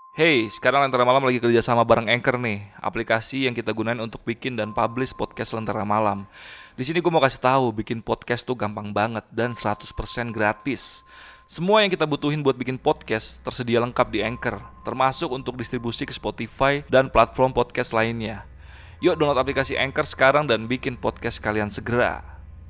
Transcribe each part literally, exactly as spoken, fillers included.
Hey, sekarang Lentera Malam lagi kerja sama bareng Anchor nih, aplikasi yang kita gunain untuk bikin dan publish podcast Lentera Malam. Di sini gue mau kasih tahu, bikin podcast tuh gampang banget dan seratus persen gratis. Semua yang kita butuhin buat bikin podcast tersedia lengkap di Anchor, termasuk untuk distribusi ke Spotify dan platform podcast lainnya. Yuk download aplikasi Anchor sekarang dan bikin podcast kalian segera.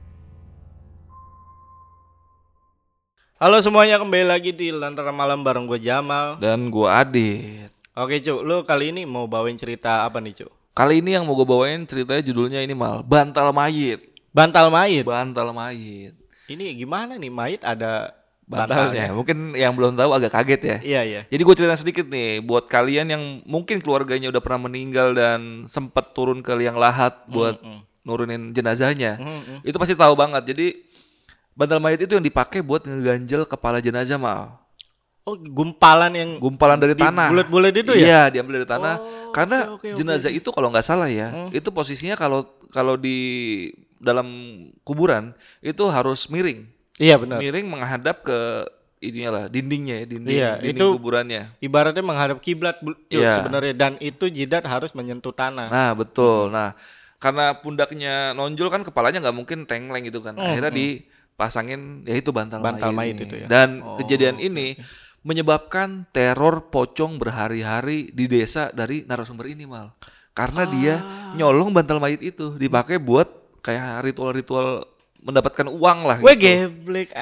Halo semuanya, kembali lagi di Lentera Malam bareng gue Jamal. Dan gue Adit. Oke Cuk, lu kali ini mau bawain cerita apa nih Cuk? Kali ini yang mau gue bawain ceritanya judulnya ini mal, Bantal Mayit. Bantal mayit? Bantal Mayit. Ini gimana nih, mayit ada Bantalnya. bantalnya? Mungkin yang belum tahu agak kaget ya. Iya iya. Jadi gue cerita sedikit nih buat kalian yang mungkin keluarganya udah pernah meninggal dan sempat turun ke liang lahat buat Mm-mm. nurunin jenazahnya. Mm-mm. Itu pasti tahu banget. Jadi bantal mayit itu yang dipakai buat ngeganjel kepala jenazah mal. Oh, gumpalan yang Gumpalan dari di tanah. bulet-bulet itu ya? Iya, diambil dari tanah. Oh, Karena oke, oke, jenazah oke. itu kalau nggak salah ya, Hmm. itu posisinya kalau kalau di dalam kuburan itu harus miring. Iya benar. Miring menghadap ke ininya lah, dindingnya ya, dinding, Iya, dinding itu- kuburannya. Ibaratnya menghadap kiblat Bu, Cuk, Iya. sebenarnya, dan itu jidat harus menyentuh tanah. Nah betul. Nah karena pundaknya nonjol kan kepalanya nggak mungkin tengleng gitu kan. Hmm, Akhirnya hmm. dipasangin ya itu bantal, Bantal mayit, mayit nih. itu ya. Dan Oh, kejadian oke, ini menyebabkan teror pocong berhari-hari di desa dari narasumber ini mal. Karena dia Ah. nyolong bantal mayit itu dipakai buat kayak ritual-ritual mendapatkan uang lah. Gue gitu. geblek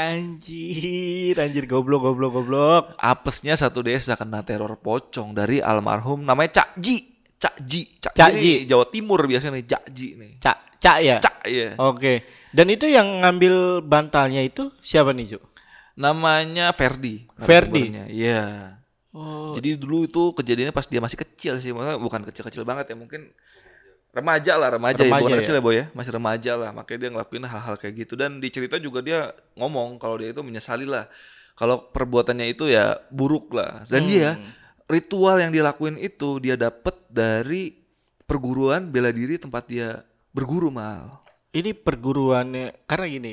anjir, anjir goblok goblok goblok. Apesnya satu desa kena teror pocong dari almarhum namanya Cak Ji. Cak Ji. Cak, Cak Ji. Ji. Jawa Timur biasanya nih Cak Ji nih. Cak, cak ya? Cak ya. Oke. Dan itu yang ngambil bantalnya itu siapa nih, Cuk? Namanya Ferdi. Ferdi? narasumbernya. Iya. Oh, Jadi dulu itu kejadiannya pas dia masih kecil sih, maksudnya bukan kecil-kecil banget ya, mungkin remaja lah, remaja, ya, Remaja bukan ya? kecil ya boy ya, masih remaja lah, makanya dia ngelakuin hal-hal kayak gitu. Dan di cerita juga dia ngomong kalau dia itu menyesali lah, kalau perbuatannya itu ya buruk lah. Dan Hmm. dia ritual yang dilakuin itu dia dapet dari perguruan bela diri tempat dia berguru mal. ini perguruannya karena gini.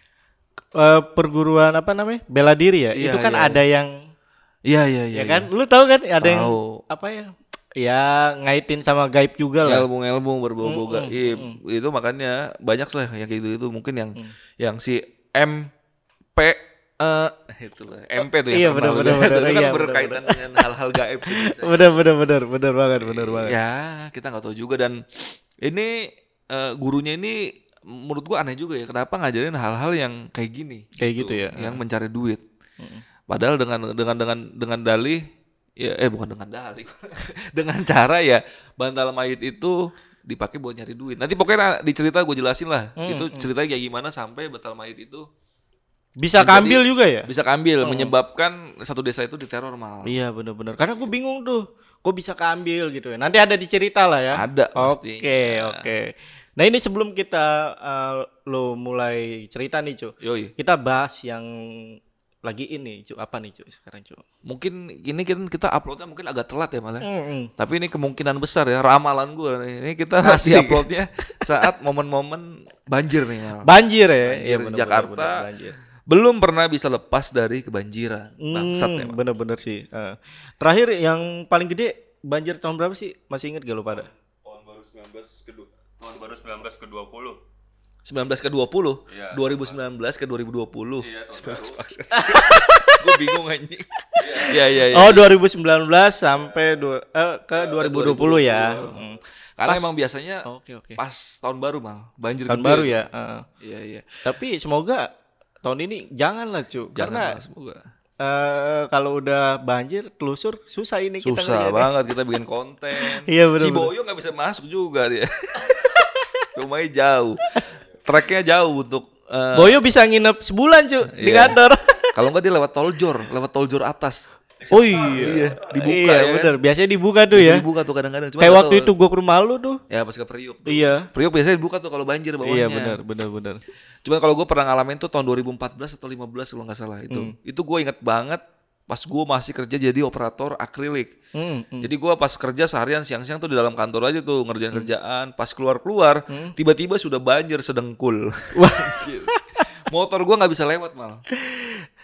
eh, perguruan apa namanya? Bela diri ya? Iya, Itu kan iya, ada yang Iya iya iya. ya kan? Lu tahu kan ada yang Tahu. apa ya? Ya, ngaitin sama gaib juga lah. Ilmu-ilmu berbau-bau Mm-mm, gaib. mm-mm. Itu makanya banyak lah yang kayak gitu itu mungkin yang Mm. yang si M P eh itu lah M P tuh Iya, yang terkenal benar, juga. benar, Itu kan iya, berkaitan dengan hal-hal gaib gitu biasanya. Bener bener bener bener banget, bener banget. Ya, kita nggak tahu juga. Dan ini eh, gurunya ini menurut gua aneh juga ya. Kenapa ngajarin hal-hal yang kayak gini? Kayak gitu ya. Yang mencari duit. Mm. Padahal dengan dengan dengan dengan dalih ya eh bukan dengan dalih. Dengan cara ya bantal mayit itu dipakai buat nyari duit. Nanti pokoknya di cerita gue jelasin lah. Hmm, itu hmm. ceritanya kayak gimana sampai bantal mayit itu Bisa Jadi- kambil juga ya? bisa keambil, Hmm. menyebabkan satu desa itu diteror mal. Iya bener-bener. Karena gue bingung tuh, kok bisa keambil gitu ya. Nanti ada di cerita lah ya. Ada Oke pastinya. oke. Nah ini sebelum kita uh, lo mulai cerita nih cu, Yoi. kita bahas yang lagi ini cu, apa nih cu sekarang cu? Mungkin ini kan kita uploadnya mungkin agak telat ya malah. Mm-mm. Tapi ini kemungkinan besar ya ramalan gue. Ini kita di Asik. uploadnya saat momen-momen banjir nih mal. Banjir ya? Banjir Iya, di bener-bener, Jakarta. bener, banjir. Belum pernah bisa lepas dari kebanjiran. Bangsat ya Hmm, mal. bener-bener sih. Uh, terakhir yang paling gede banjir tahun berapa sih? Masih inget gak lu pada? Tahun baru sembilan belas ke du- tahun baru sembilan belas ke dua puluh. sembilan belas ke dua puluh, Iya, dua ribu sembilan belas ke dua ribu dua puluh. Iya, tahun baru. Gue bingung anjing. Iya iya iya. Oh dua ribu sembilan belas sampai dua, eh, ke dua ribu dua puluh ya. Hmm. Karena pas- emang biasanya Oke oke. pas tahun baru mal banjir Tahun gede. baru ya. uh. Iya iya. Tapi semoga tahun ini janganlah cu, karena Janganlah, semoga. eh, kalau udah banjir telusur susah ini kita Susah ngeliatnya. banget kita bikin konten. Iya, bener, Si Boyo nggak bisa masuk juga dia. Rumahnya jauh. Treknya jauh untuk eh, Boyo bisa nginep sebulan cu di Iya. kantor. kalau nggak dia lewat tol jor, lewat tol jor atas. Oh iya, dibuka iya, ya kan? bener. Biasanya dibuka tuh Biasa ya. dibuka tuh kadang-kadang. Cuma Kayak nggak waktu tahu. itu gua ke rumah lu tuh. Ya pas ke Priuk. tuh. Iya. Priuk biasanya dibuka tuh kalau banjir bawahnya. Iya benar, benar, benar. Cuman kalau gue pernah ngalamin tuh tahun dua ribu empat belas atau lima belas kalau nggak salah itu. Hmm. Itu gue inget banget pas gue masih kerja jadi operator akrilik. Hmm, hmm. Jadi gue pas kerja seharian siang-siang tuh di dalam kantor aja tuh ngerjain kerjaan. Pas keluar-keluar tiba-tiba sudah banjir sedengkul. Wah. Motor gue nggak bisa lewat malah.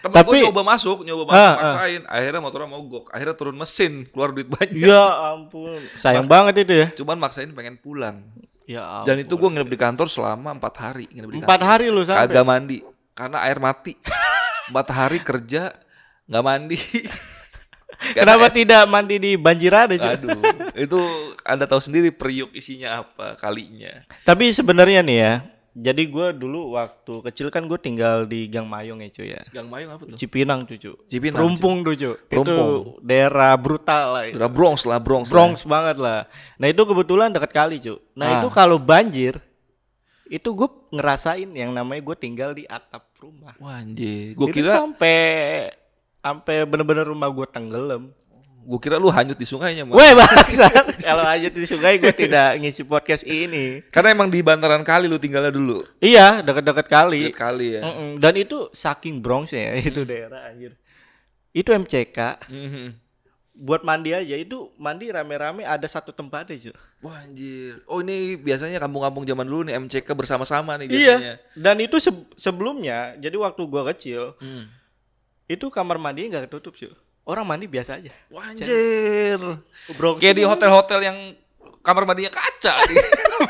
Temen gue Tapi- nyoba masuk, nyoba masuk, Ah, ah. maksain. Akhirnya motornya mogok. Akhirnya turun mesin, keluar duit banyak. Ya ampun, sayang banget itu ya. Cuman maksain pengen pulang. Ya ampun. Dan itu gue nginep di kantor selama empat hari. Nginep di Empat kantor. hari lu sampai. Kagak mandi. Karena air mati. Empat hari kerja, nggak mandi. Kenapa tidak mandi di Banjirada, Cuk? Aduh, itu Anda tahu sendiri periuk isinya apa kalinya. Tapi sebenarnya nih ya, jadi gue dulu waktu kecil kan gue tinggal di Gang Mayong ya cuy ya. Gang Mayung apa tuh? Cipinang tuh cuy. Cipinang, Perumpung tuh cuy. Itu Perumpung. daerah brutal lah. itu. Udah Bronx lah, Bronx. Bronx banget lah. Nah itu kebetulan dekat kali cuy. Nah Ah. itu kalau banjir, itu gue ngerasain yang namanya gue tinggal di atap rumah. Wah anjir, gue Itu kira sampai sampai bener-bener rumah gue tenggelam. gue kira lu hanyut di sungainya, Mas. Weh bangsat, kalau aja di sungai gue tidak ngisi podcast ini. Karena emang di bantaran kali lu tinggalnya dulu. Iya, dekat-dekat kali. Dekat kali ya. Mm-mm. Dan itu saking Bronxnya ya, itu daerah anjir. Itu M C K Mhm. buat mandi aja itu mandi rame-rame ada satu tempat aja. Wah anjir. Oh ini biasanya kampung-kampung zaman dulu nih M C K bersama-sama nih Iya. biasanya. Dan itu se- sebelumnya, jadi waktu gua kecil, Hmm. itu kamar mandi nggak ketutup sih. Orang mandi biasa aja. Wah anjir. Bronx Kayak di itu- hotel-hotel yang kamar mandinya kaca nih.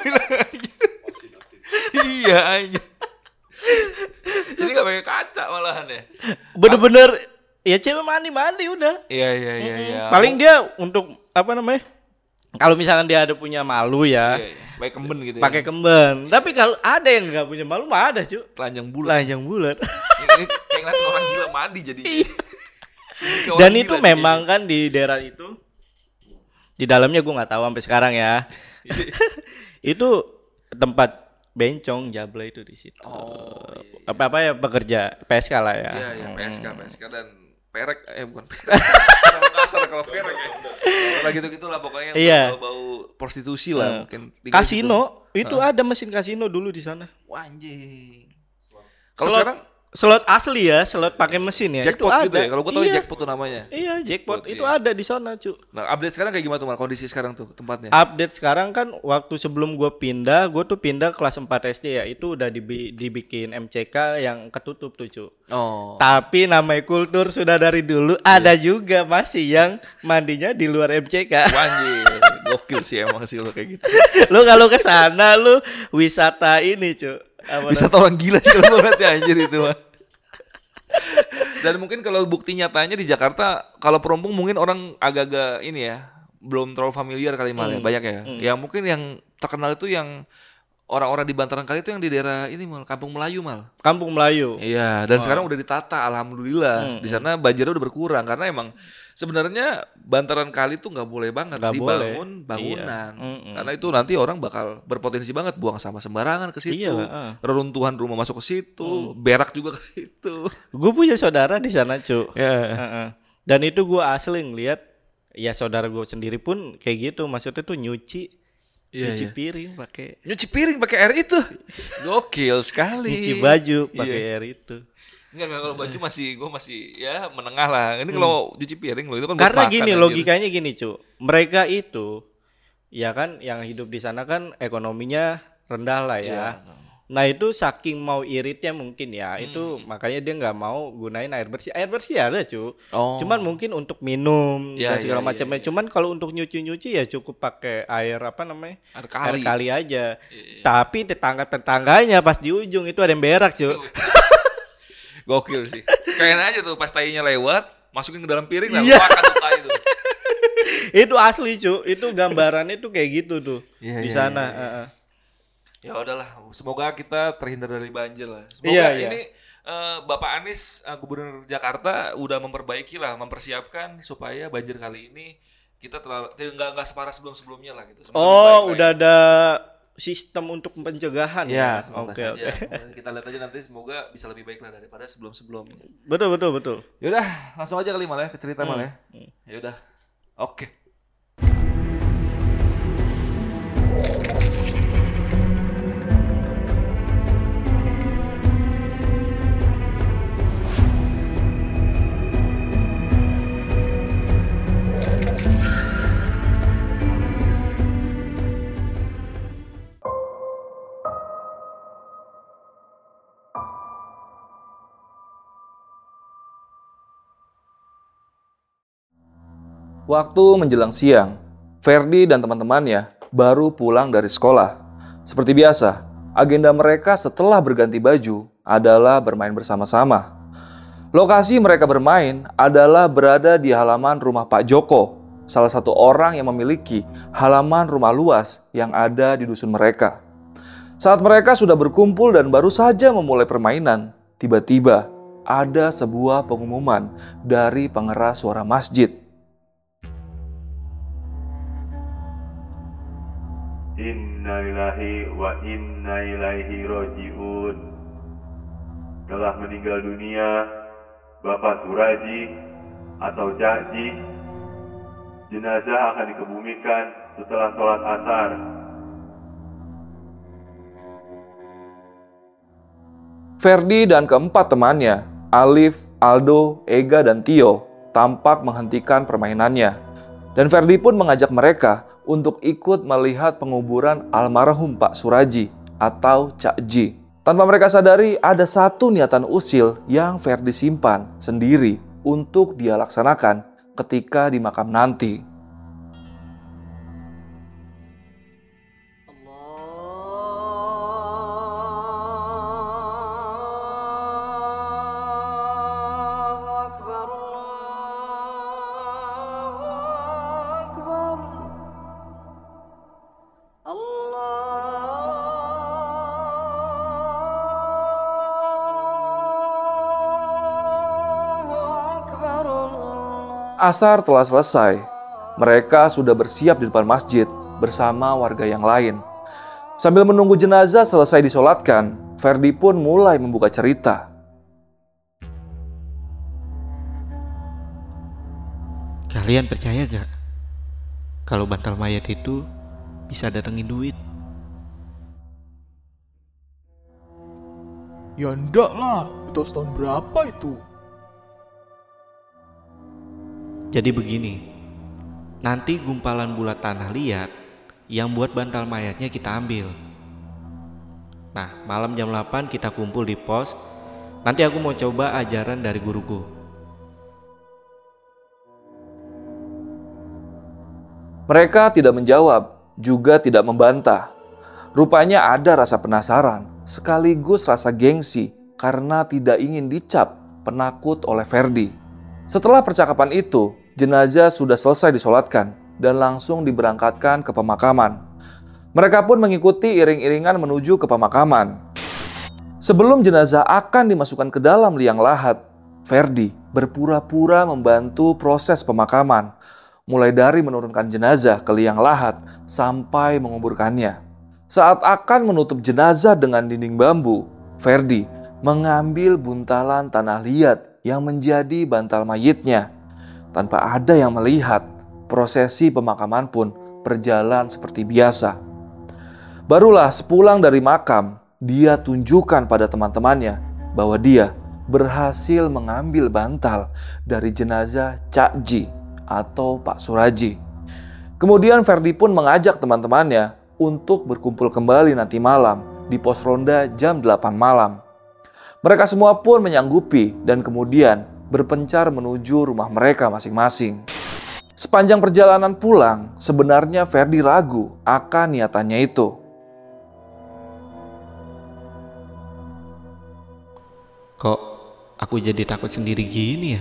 Iya anjir. Jadi gak pakai kaca malahan ya. Bener-bener ya cewek mandi-mandi udah. Iya iya iya iya. Paling dia untuk apa namanya? Kalau misalkan dia ada punya malu ya, Iya, iya. Pakai kemben gitu pakai ya. kemben. Tapi kalau ada yang nggak punya malu mah ada cuy. Telanjang bulat. Telanjang bulat. Ini, ini kayak ngeliat orang gila mandi jadi. Dan itu memang kan di daerah itu, di dalamnya gue nggak tahu sampai sekarang ya. Itu tempat bencong jabla itu di situ. Oh, Apa apa ya pekerja P S K lah ya. Iya iya Hmm. P S K P S K dan perek eh bukan perek. Kalau kasar kalau perek ya. Kalau gitu-gitu lah pokoknya yang Iya. bau-bau prostitusi lah mungkin. Tinggal di Kasino itu ada mesin kasino dulu di sana. situ. Wah, anjing. Kalau Slot- sekarang slot asli ya, slot pakai mesin ya. jackpot itu gitu ada. ya. Kalau gua tahu iya. jackpot tuh namanya. Iya, jackpot Jackpot, itu iya. ada di sana, cu. Nah, update sekarang kayak gimana tuh, Mal? Kondisi sekarang tuh tempatnya? Update sekarang kan waktu sebelum gue pindah, gue tuh pindah kelas empat S D ya. Itu udah dibi- dibikin M C K yang ketutup tuh, cu. Oh. Tapi namanya kultur sudah dari dulu. Ada juga masih yang mandinya di luar M C K. Wah, anjir. Gokil sih emang sih lo kayak gitu. Lu kalau ke sana lu wisata ini, cu. Apa Wisata orang gila sih kalau banget ya anjir itu mah. Dan mungkin kalau bukti nyatanya di Jakarta, kalau perumpung mungkin orang agak-agak ini ya, belum terlalu familiar kali Mal ya, banyak ya. Ya mungkin yang terkenal itu yang orang-orang di bantaran kali itu yang di daerah ini Mal, Kampung Melayu Mal. Kampung Melayu. Iya, dan sekarang udah ditata alhamdulillah. Di sana banjirnya udah berkurang karena emang sebenarnya bantaran kali tuh nggak boleh banget Nggak dibangun boleh. bangunan. Iya. Mm-mm. Karena itu nanti orang bakal berpotensi banget buang sampah sembarangan ke situ. Iya, heeh. Reruntuhan rumah masuk ke situ, berak juga ke situ. Gue punya saudara di sana, cu. Ya. Heeh. Dan itu gue asli ngeliat, ya saudara gue sendiri pun kayak gitu. Maksudnya tuh nyuci, Iya, nyuci iya. piring pakai, Nyuci piring pakai air itu. Gokil sekali. nyuci baju pakai Iya. air itu. Enggak, enggak kalau baju masih gue masih ya menengah lah. Ini kalau nyuci piring loh itu kan buat Karena makan, gini anjir. logikanya gini, cu. Mereka itu, ya kan yang hidup di sana kan ekonominya rendah lah ya. Iya. Nah itu saking mau iritnya mungkin ya, itu makanya dia nggak mau gunain air bersih. Air bersih ada, cu. Oh. Cuman mungkin untuk minum Ya, dan segala ya, macamnya. Cuman kalau untuk nyuci-nyuci ya cukup pakai air apa namanya? Air Air kali. kali aja. Tapi tetangga-tetangganya pas di ujung itu ada yang berak, cu. Gokil sih. Kayaknya aja tuh pas tainya lewat, masukin ke dalam piring lah, Iya. makan tuh tai tuh. Itu asli, cu. Itu gambarannya tuh kayak gitu tuh Iya, di iya, sana. iya, iya. heeh. Ya udahlah, semoga kita terhindar dari banjir lah. Semoga Iya, iya. ini eh, Bapak Anies, eh, Gubernur Jakarta udah memperbaiki lah, mempersiapkan supaya banjir kali ini kita terlalu nggak nggak separah sebelum-sebelumnya lah gitu. Semoga Oh, baik-baik. udah ada sistem untuk pencegahan Ya, ya. semoga Oke, saja. oke. Kita lihat aja nanti semoga bisa lebih baik lah daripada sebelum-sebelumnya. Betul, betul, betul. Yaudah, langsung aja kali Mal ya, ke cerita Hmm. Mal ya. Yaudah, oke. Waktu menjelang siang, Ferdi dan teman-temannya baru pulang dari sekolah. Seperti biasa, agenda mereka setelah berganti baju adalah bermain bersama-sama. Lokasi mereka bermain adalah berada di halaman rumah Pak Joko, salah satu orang yang memiliki halaman rumah luas yang ada di dusun mereka. Saat mereka sudah berkumpul dan baru saja memulai permainan, tiba-tiba ada sebuah pengumuman dari pengeras suara masjid. Innalillahi wa inna ilaihi roji'un. Telah meninggal dunia Bapak Suraji atau Cak Ji. Jenazah akan dikebumikan setelah sholat asar. Ferdi dan keempat temannya, Alif, Aldo, Ega, dan Tio, tampak menghentikan permainannya. Dan Ferdi pun mengajak mereka untuk ikut melihat penguburan almarhum Pak Suraji atau Cak Ji. Tanpa mereka sadari, ada satu niatan usil yang Ferdi simpan sendiri untuk dia laksanakan ketika di makam nanti. Asar telah selesai. Mereka sudah bersiap di depan masjid bersama warga yang lain. Sambil menunggu jenazah selesai disolatkan, Ferdi pun mulai membuka cerita. Kalian percaya gak kalau bantal mayat itu bisa datengin duit? Ya enggak lah, itu tahun berapa itu? Jadi begini, nanti gumpalan bulat tanah liat yang buat bantal mayatnya kita ambil. Nah, malam jam delapan kita kumpul di pos. Nanti aku mau coba ajaran dari guruku. Mereka tidak menjawab, juga tidak membantah. Rupanya ada rasa penasaran, sekaligus rasa gengsi karena tidak ingin dicap penakut oleh Ferdi. Setelah percakapan itu, jenazah sudah selesai disolatkan dan langsung diberangkatkan ke pemakaman. Mereka pun mengikuti iring-iringan menuju ke pemakaman. Sebelum jenazah akan dimasukkan ke dalam liang lahat, Ferdi berpura-pura membantu proses pemakaman, mulai dari menurunkan jenazah ke liang lahat sampai menguburkannya. Saat akan menutup jenazah dengan dinding bambu, Ferdi mengambil buntalan tanah liat yang menjadi bantal mayitnya. Tanpa ada yang melihat, prosesi pemakaman pun berjalan seperti biasa. Barulah sepulang dari makam, dia tunjukkan pada teman-temannya bahwa dia berhasil mengambil bantal dari jenazah Cak Ji atau Pak Suraji. Kemudian Ferdi pun mengajak teman-temannya untuk berkumpul kembali nanti malam di pos ronda jam delapan malam. Mereka semua pun menyanggupi dan kemudian berpencar menuju rumah mereka masing-masing. Sepanjang perjalanan pulang, sebenarnya Ferdi ragu akan niatannya itu. Kok aku jadi takut sendiri gini ya?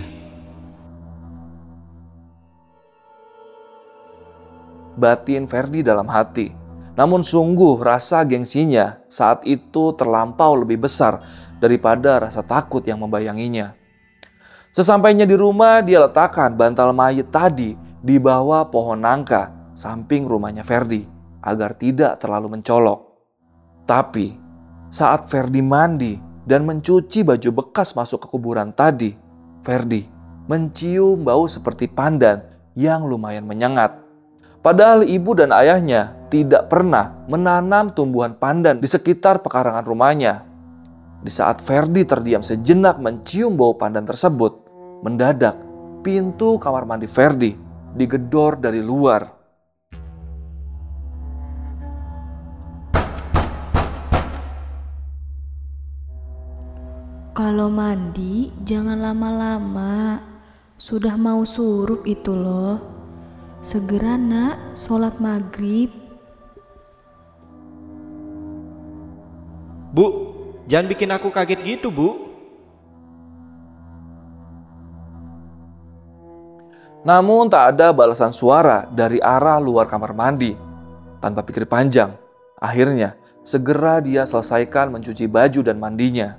Batin Ferdi dalam hati. Namun sungguh rasa gengsinya saat itu terlampau lebih besar daripada rasa takut yang membayanginya. Sesampainya di rumah, dia letakkan bantal mayit tadi di bawah pohon nangka samping rumahnya Ferdi agar tidak terlalu mencolok. Tapi saat Ferdi mandi dan mencuci baju bekas masuk ke kuburan tadi, Ferdi mencium bau seperti pandan yang lumayan menyengat. Padahal ibu dan ayahnya tidak pernah menanam tumbuhan pandan di sekitar pekarangan rumahnya. Di saat Ferdi terdiam sejenak mencium bau pandan tersebut, mendadak pintu kamar mandi Ferdi digedor dari luar. Kalau mandi jangan lama-lama, sudah mau surup itu loh. Segera nak, sholat maghrib. Bu, jangan bikin aku kaget gitu, Bu. Namun tak ada balasan suara dari arah luar kamar mandi. Tanpa pikir panjang, akhirnya segera dia selesaikan mencuci baju dan mandinya.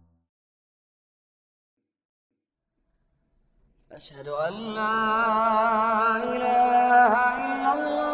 Asyhadu an la ilaha illallah.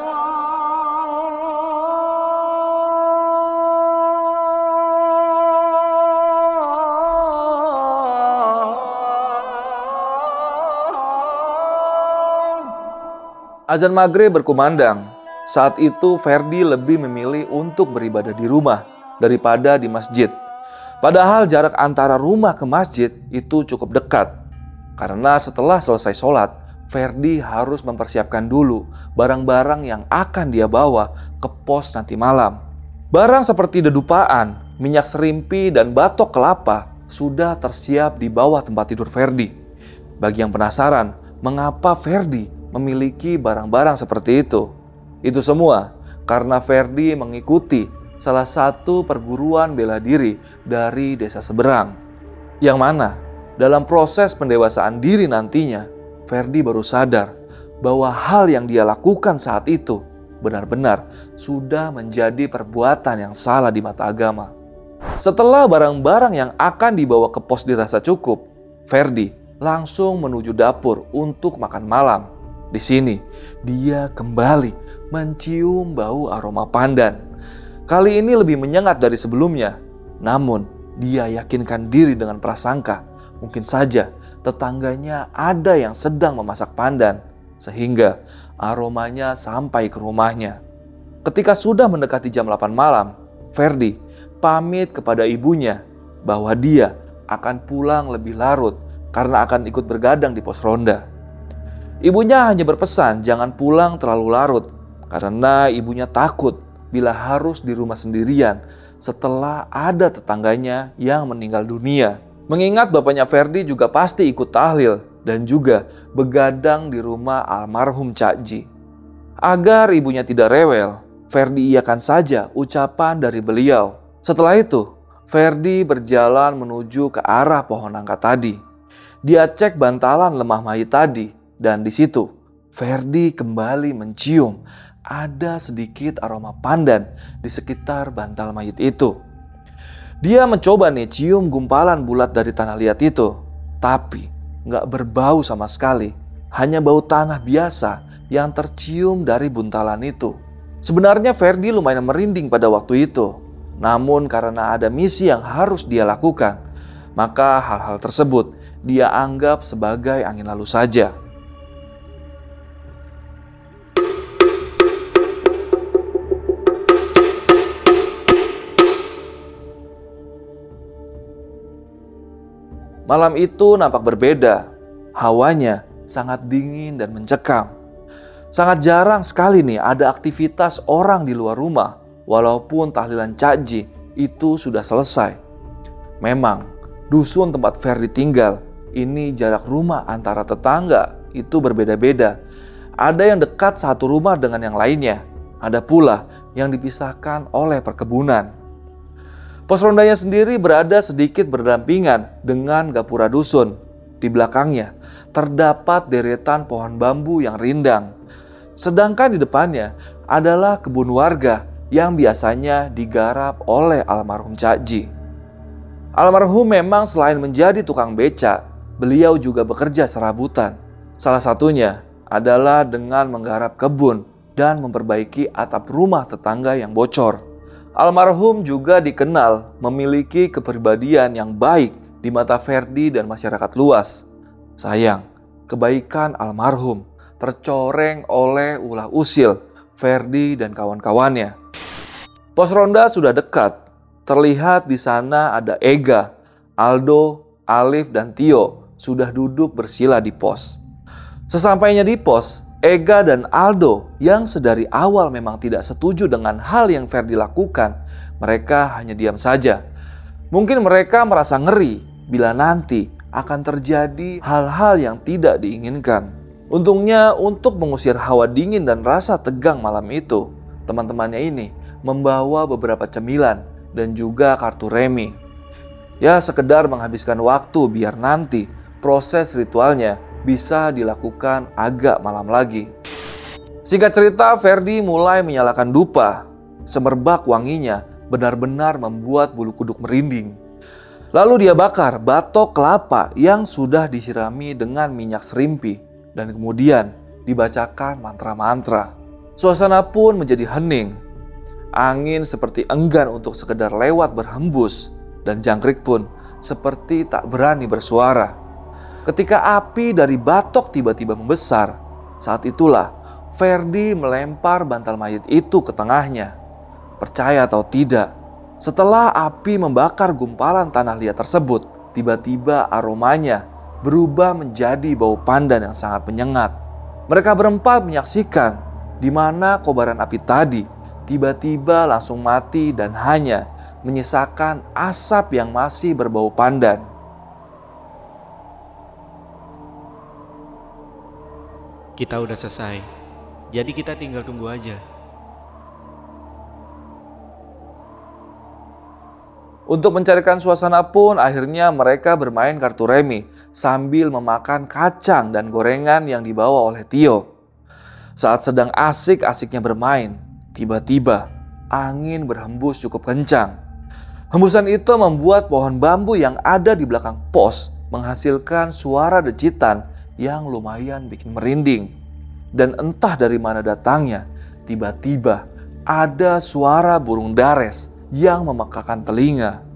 Azan maghrib berkumandang. Saat itu Ferdi lebih memilih untuk beribadah di rumah daripada di masjid. Padahal jarak antara rumah ke masjid itu cukup dekat. Karena setelah selesai sholat, Ferdi harus mempersiapkan dulu barang-barang yang akan dia bawa ke pos nanti malam. Barang seperti dedupaan, minyak serimpi, dan batok kelapa sudah tersiap di bawah tempat tidur Ferdi. Bagi yang penasaran, mengapa Ferdi memiliki barang-barang seperti itu? Itu semua karena Ferdi mengikuti salah satu perguruan bela diri dari desa seberang. Yang mana dalam proses pendewasaan diri nantinya, Ferdi baru sadar bahwa hal yang dia lakukan saat itu benar-benar sudah menjadi perbuatan yang salah di mata agama. Setelah barang-barang yang akan dibawa ke pos dirasa cukup, Ferdi langsung menuju dapur untuk makan malam. Di sini, dia kembali mencium bau aroma pandan. Kali ini lebih menyengat dari sebelumnya. Namun, dia yakinkan diri dengan prasangka, mungkin saja tetangganya ada yang sedang memasak pandan, sehingga aromanya sampai ke rumahnya. Ketika sudah mendekati jam delapan malam, Ferdi pamit kepada ibunya bahwa dia akan pulang lebih larut karena akan ikut bergadang di pos ronda. Ibunya hanya berpesan jangan pulang terlalu larut karena ibunya takut bila harus di rumah sendirian setelah ada tetangganya yang meninggal dunia. Mengingat bapaknya Ferdi juga pasti ikut tahlil dan juga begadang di rumah almarhum Cak Ji. Agar ibunya tidak rewel, Ferdi iakan saja ucapan dari beliau. Setelah itu, Ferdi berjalan menuju ke arah pohon nangka tadi. Dia cek bantalan lemah mayit tadi. Dan di situ, Ferdi kembali mencium ada sedikit aroma pandan di sekitar bantal mayit itu. Dia mencoba nih cium gumpalan bulat dari tanah liat itu. Tapi nggak berbau sama sekali. Hanya bau tanah biasa yang tercium dari buntalan itu. Sebenarnya Ferdi lumayan merinding pada waktu itu. Namun karena ada misi yang harus dia lakukan, maka hal-hal tersebut dia anggap sebagai angin lalu saja. Malam itu nampak berbeda. Hawanya sangat dingin dan mencekam. Sangat jarang sekali nih ada aktivitas orang di luar rumah, walaupun tahlilan Cak Ji itu sudah selesai. Memang, dusun tempat Ferdi tinggal, ini jarak rumah antara tetangga itu berbeda-beda. Ada yang dekat satu rumah dengan yang lainnya. Ada pula yang dipisahkan oleh perkebunan. Pos rondanya sendiri berada sedikit berdampingan dengan gapura dusun. Di belakangnya terdapat deretan pohon bambu yang rindang. Sedangkan di depannya adalah kebun warga yang biasanya digarap oleh almarhum Cak Ji. Almarhum memang selain menjadi tukang beca, beliau juga bekerja serabutan. Salah satunya adalah dengan menggarap kebun dan memperbaiki atap rumah tetangga yang bocor. Almarhum juga dikenal memiliki kepribadian yang baik di mata Ferdi dan masyarakat luas. Sayang, kebaikan almarhum tercoreng oleh ulah usil Ferdi dan kawan-kawannya. Pos ronda sudah dekat. Terlihat di sana ada Ega, Aldo, Alif, dan Tio sudah duduk bersila di pos. Sesampainya di pos, Ega dan Aldo yang sedari awal memang tidak setuju dengan hal yang Ferdi lakukan, mereka hanya diam saja. Mungkin mereka merasa ngeri bila nanti akan terjadi hal-hal yang tidak diinginkan. Untungnya untuk mengusir hawa dingin dan rasa tegang malam itu, teman-temannya ini membawa beberapa cemilan dan juga kartu remi. Ya sekedar menghabiskan waktu biar nanti proses ritualnya bisa dilakukan agak malam lagi. Singkat cerita, Ferdi mulai menyalakan dupa. Semerbak wanginya benar-benar membuat bulu kuduk merinding. Lalu dia bakar batok kelapa yang sudah disirami dengan minyak serimpi dan kemudian dibacakan mantra-mantra. Suasana pun menjadi hening. Angin seperti enggan untuk sekedar lewat berhembus dan jangkrik pun seperti tak berani bersuara. Ketika api dari batok tiba-tiba membesar, saat itulah Ferdi melempar bantal mayat itu ke tengahnya. Percaya atau tidak, setelah api membakar gumpalan tanah liat tersebut, tiba-tiba aromanya berubah menjadi bau pandan yang sangat menyengat. Mereka berempat menyaksikan di mana kobaran api tadi tiba-tiba langsung mati dan hanya menyisakan asap yang masih berbau pandan. Kita udah selesai, jadi kita tinggal tunggu aja. Untuk mencarikan suasana pun akhirnya mereka bermain kartu remi sambil memakan kacang dan gorengan yang dibawa oleh Tio. Saat sedang asik-asiknya bermain, tiba-tiba angin berhembus cukup kencang. Hembusan itu membuat pohon bambu yang ada di belakang pos menghasilkan suara decitan yang lumayan bikin merinding. Dan entah dari mana datangnya, tiba-tiba ada suara burung dares yang memekakan telinga.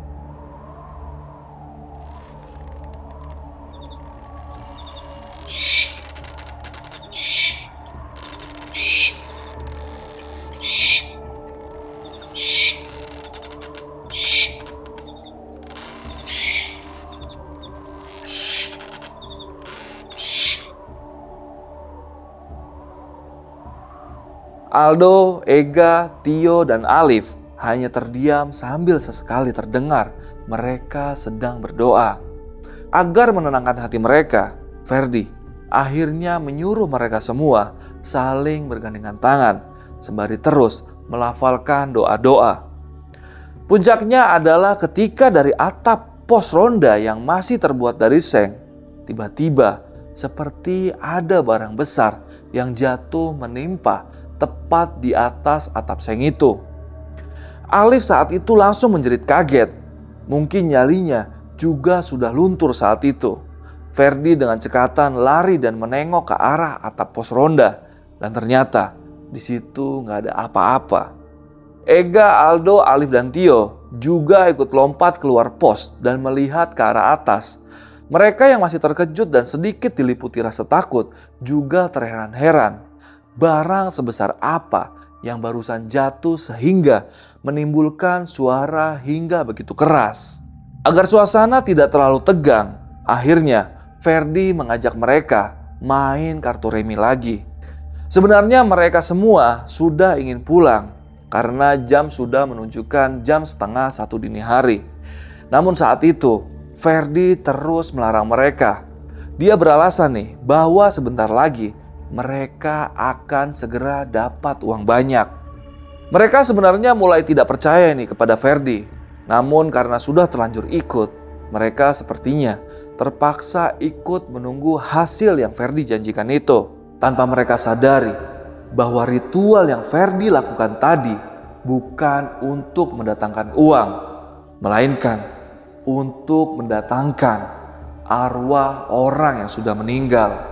Aldo, Ega, Tio, dan Alif hanya terdiam sambil sesekali terdengar mereka sedang berdoa. Agar menenangkan hati mereka, Ferdi akhirnya menyuruh mereka semua saling bergandengan tangan sembari terus melafalkan doa-doa. Puncaknya adalah ketika dari atap pos ronda yang masih terbuat dari seng, tiba-tiba seperti ada barang besar yang jatuh menimpa tepat di atas atap seng itu. Alif saat itu langsung menjerit kaget. Mungkin nyalinya juga sudah luntur saat itu. Ferdi dengan cekatan lari dan menengok ke arah atap pos ronda. Dan ternyata di situ nggak ada apa-apa. Ega, Aldo, Alif, dan Tio juga ikut lompat keluar pos dan melihat ke arah atas. Mereka yang masih terkejut dan sedikit diliputi rasa takut juga terheran-heran. Barang sebesar apa yang barusan jatuh sehingga menimbulkan suara hingga begitu keras. Agar suasana tidak terlalu tegang, akhirnya Ferdi mengajak mereka main kartu remi lagi. Sebenarnya mereka semua sudah ingin pulang karena jam sudah menunjukkan jam setengah satu dini hari. Namun saat itu Ferdi terus melarang mereka. Dia beralasan nih bahwa sebentar lagi mereka akan segera dapat uang banyak. Mereka sebenarnya mulai tidak percaya nih kepada Ferdi. Namun karena sudah terlanjur ikut, mereka sepertinya terpaksa ikut menunggu hasil yang Ferdi janjikan itu. Tanpa mereka sadari bahwa ritual yang Ferdi lakukan tadi bukan untuk mendatangkan uang, melainkan untuk mendatangkan arwah orang yang sudah meninggal.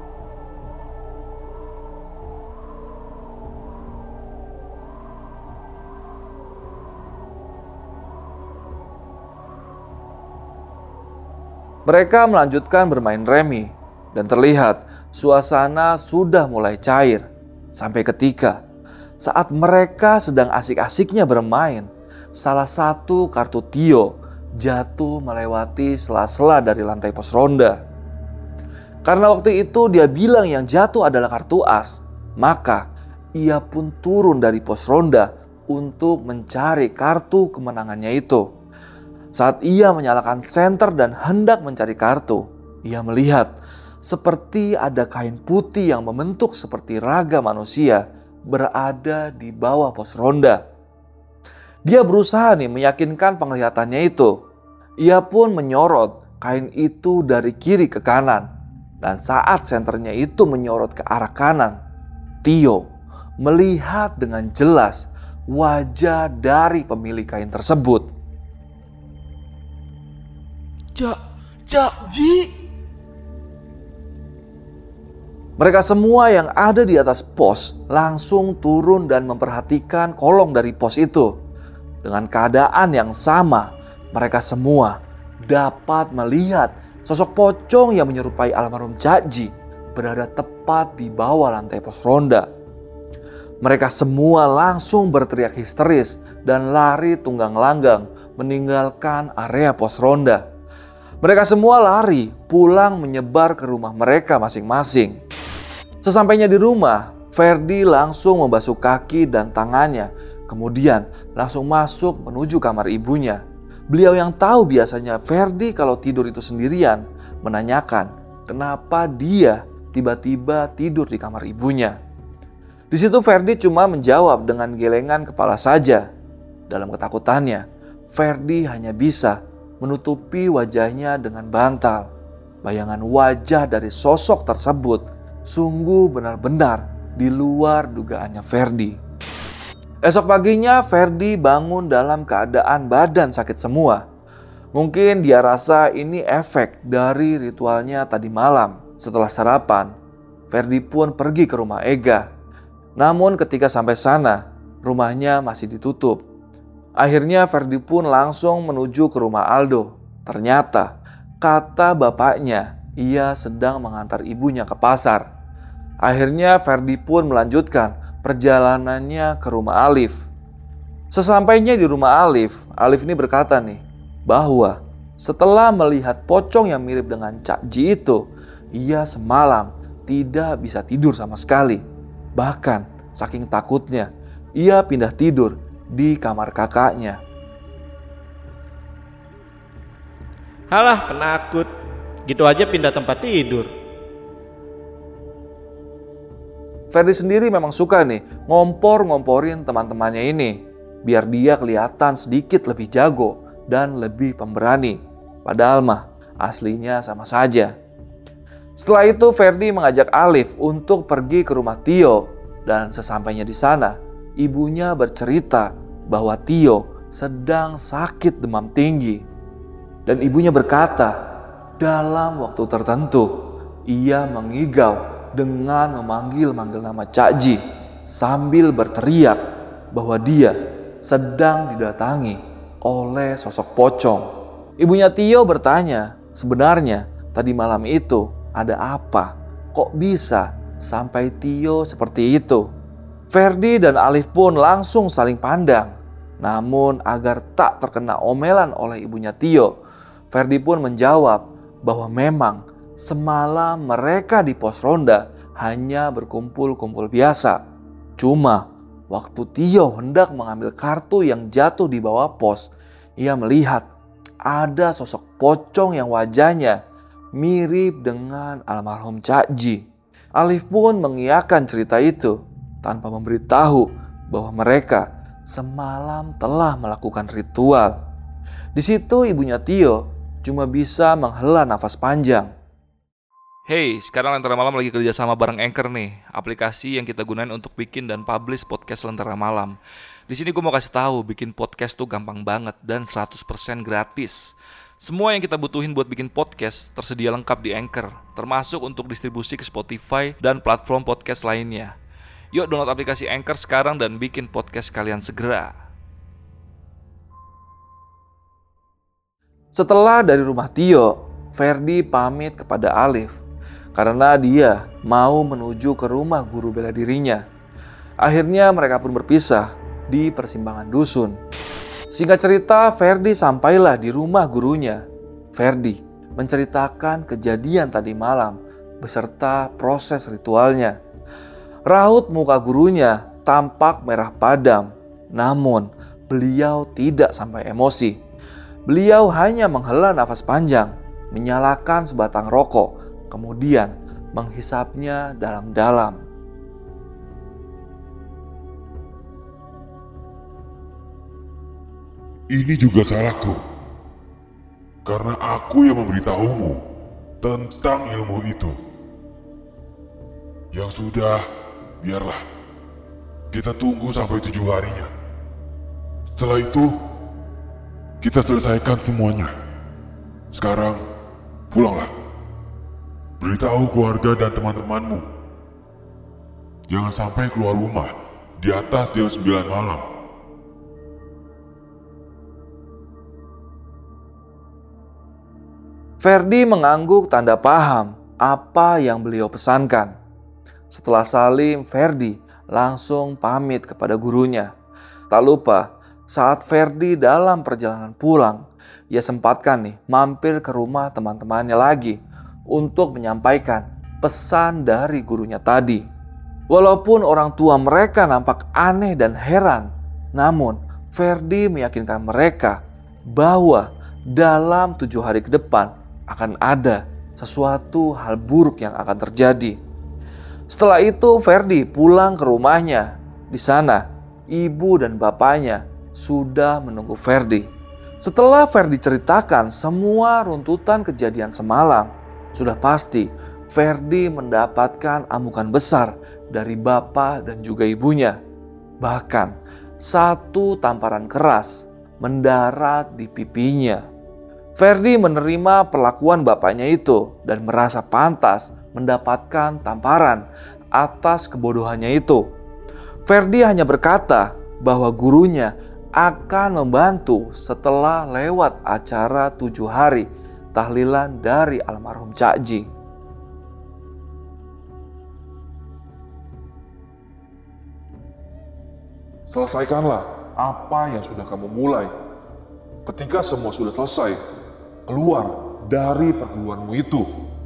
Mereka melanjutkan bermain remi dan terlihat suasana sudah mulai cair. Sampai ketika saat mereka sedang asik-asiknya bermain, salah satu kartu Tio jatuh melewati sela-sela dari lantai pos ronda. Karena waktu itu dia bilang yang jatuh adalah kartu as, maka ia pun turun dari pos ronda untuk mencari kartu kemenangannya itu. Saat ia menyalakan senter dan hendak mencari kartu, ia melihat seperti ada kain putih yang membentuk seperti raga manusia berada di bawah pos ronda. Dia berusaha nih meyakinkan penglihatannya itu. Ia pun menyorot kain itu dari kiri ke kanan. Dan saat senternya itu menyorot ke arah kanan, Tio melihat dengan jelas wajah dari pemilik kain tersebut. Jak, Jak, Ji. Mereka semua yang ada di atas pos langsung turun dan memperhatikan kolong dari pos itu. Dengan keadaan yang sama, mereka semua dapat melihat sosok pocong yang menyerupai almarhum Cak Ji berada tepat di bawah lantai pos ronda. Mereka semua langsung berteriak histeris dan lari tunggang langgang meninggalkan area pos ronda. Mereka semua lari pulang menyebar ke rumah mereka masing-masing. Sesampainya di rumah, Ferdi langsung membasuh kaki dan tangannya, kemudian langsung masuk menuju kamar ibunya. Beliau yang tahu biasanya Ferdi kalau tidur itu sendirian, menanyakan kenapa dia tiba-tiba tidur di kamar ibunya. Di situ Ferdi cuma menjawab dengan gelengan kepala saja. Dalam ketakutannya, Ferdi hanya bisa menutupi wajahnya dengan bantal. Bayangan wajah dari sosok tersebut sungguh benar-benar di luar dugaannya Ferdi. Esok paginya Ferdi bangun dalam keadaan badan sakit semua. Mungkin dia rasa ini efek dari ritualnya tadi malam. Setelah sarapan, Ferdi pun pergi ke rumah Ega. Namun ketika sampai sana, rumahnya masih ditutup. Akhirnya Ferdi pun langsung menuju ke rumah Aldo. Ternyata, kata bapaknya, ia sedang mengantar ibunya ke pasar. Akhirnya Ferdi pun melanjutkan perjalanannya ke rumah Alif. Sesampainya di rumah Alif, Alif ini berkata nih, bahwa setelah melihat pocong yang mirip dengan Cak Ji itu, ia semalam tidak bisa tidur sama sekali. Bahkan saking takutnya, ia pindah tidur di kamar kakaknya. Halah, penakut. Gitu aja pindah tempat tidur. Ferdi sendiri memang suka nih ngompor-ngomporin teman-temannya ini biar dia kelihatan sedikit lebih jago dan lebih pemberani. Padahal mah aslinya sama saja. Setelah itu Ferdi mengajak Alif untuk pergi ke rumah Tio dan sesampainya di sana ibunya bercerita bahwa Tio sedang sakit demam tinggi dan ibunya berkata dalam waktu tertentu ia mengigau dengan memanggil-manggil nama Cak Ji sambil berteriak bahwa dia sedang didatangi oleh sosok pocong. Ibunya Tio bertanya, sebenarnya tadi malam itu ada apa? Kok bisa sampai Tio seperti itu? Ferdi dan Alif pun langsung saling pandang. Namun agar tak terkena omelan oleh ibunya Tio, Ferdi pun menjawab bahwa memang semalam mereka di pos ronda hanya berkumpul-kumpul biasa. Cuma waktu Tio hendak mengambil kartu yang jatuh di bawah pos, ia melihat ada sosok pocong yang wajahnya mirip dengan almarhum Cak Ji. Alif pun mengiyakan cerita itu tanpa memberitahu bahwa mereka semalam telah melakukan ritual. Di situ ibunya Tio cuma bisa menghela nafas panjang. Hey, sekarang Lentera Malam lagi kerja sama bareng Anchor nih, aplikasi yang kita gunain untuk bikin dan publish podcast Lentera Malam. Di sini gue mau kasih tahu, bikin podcast tuh gampang banget dan seratus persen gratis. Semua yang kita butuhin buat bikin podcast tersedia lengkap di Anchor, termasuk untuk distribusi ke Spotify dan platform podcast lainnya. Yuk download aplikasi Anchor sekarang dan bikin podcast kalian segera. Setelah dari rumah Tio, Ferdi pamit kepada Alif karena dia mau menuju ke rumah guru bela dirinya. Akhirnya mereka pun berpisah di persimpangan dusun. Singkat cerita, Ferdi sampailah di rumah gurunya. Ferdi menceritakan kejadian tadi malam beserta proses ritualnya. Raut muka gurunya tampak merah padam, namun beliau tidak sampai emosi. Beliau hanya menghela nafas panjang, menyalakan sebatang rokok, kemudian menghisapnya dalam-dalam. Ini juga salahku, karena aku yang memberitahumu tentang ilmu itu. Yang sudah, biarlah. Kita tunggu sampai tujuh harinya. Setelah itu, kita selesaikan semuanya. Sekarang, pulanglah. Beritahu keluarga dan teman-temanmu. Jangan sampai keluar rumah di atas jam sembilan malam. Ferdi mengangguk tanda paham apa yang beliau pesankan. Setelah salim, Ferdi langsung pamit kepada gurunya. Tak lupa, saat Ferdi dalam perjalanan pulang, ia sempatkan nih mampir ke rumah teman-temannya lagi untuk menyampaikan pesan dari gurunya tadi. Walaupun orang tua mereka nampak aneh dan heran, namun Ferdi meyakinkan mereka bahwa dalam tujuh hari ke depan akan ada sesuatu hal buruk yang akan terjadi. Setelah itu Ferdi pulang ke rumahnya. Di sana ibu dan bapaknya sudah menunggu Ferdi. Setelah Ferdi ceritakan semua runtutan kejadian semalam, sudah pasti Ferdi mendapatkan amukan besar dari bapak dan juga ibunya. Bahkan satu tamparan keras mendarat di pipinya. Ferdi menerima perlakuan bapaknya itu dan merasa pantas mendapatkan tamparan atas kebodohannya itu. Ferdi hanya berkata bahwa gurunya akan membantu setelah lewat acara tujuh hari tahlilan dari almarhum Cak Ji. Selesaikanlah apa yang sudah kamu mulai. Ketika semua sudah selesai, keluar dari perguruanmu itu.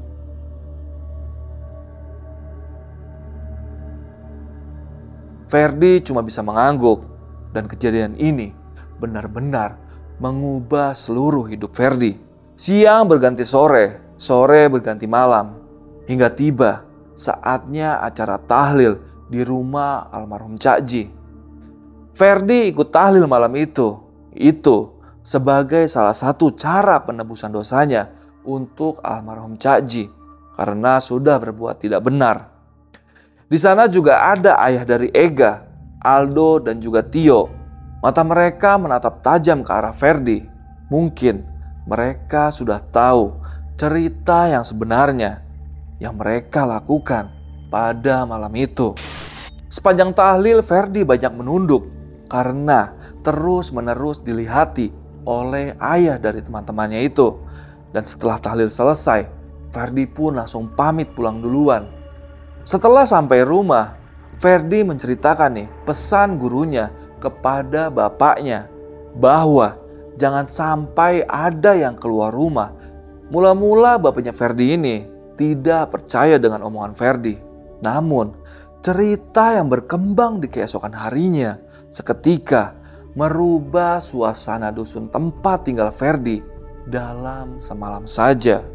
Ferdi cuma bisa mengangguk, dan kejadian ini benar-benar mengubah seluruh hidup Ferdi. Siang berganti sore, sore berganti malam, hingga tiba saatnya acara tahlil di rumah almarhum Cak Ji. Ferdi ikut tahlil malam itu. Itu sebagai salah satu cara penebusan dosanya untuk almarhum Cak Ji karena sudah berbuat tidak benar. Di sana juga ada ayah dari Ega, Aldo dan juga Tio. Mata mereka menatap tajam ke arah Ferdi. Mungkin mereka sudah tahu cerita yang sebenarnya yang mereka lakukan pada malam itu. Sepanjang tahlil Ferdi banyak menunduk karena terus-menerus dilihati oleh ayah dari teman-temannya itu. Dan setelah tahlil selesai, Ferdi pun langsung pamit pulang duluan. Setelah sampai rumah, Ferdi menceritakan nih pesan gurunya kepada bapaknya bahwa jangan sampai ada yang keluar rumah. Mula-mula bapaknya Ferdi ini tidak percaya dengan omongan Ferdi. Namun cerita yang berkembang di keesokan harinya seketika merubah suasana dusun tempat tinggal Ferdi dalam semalam saja.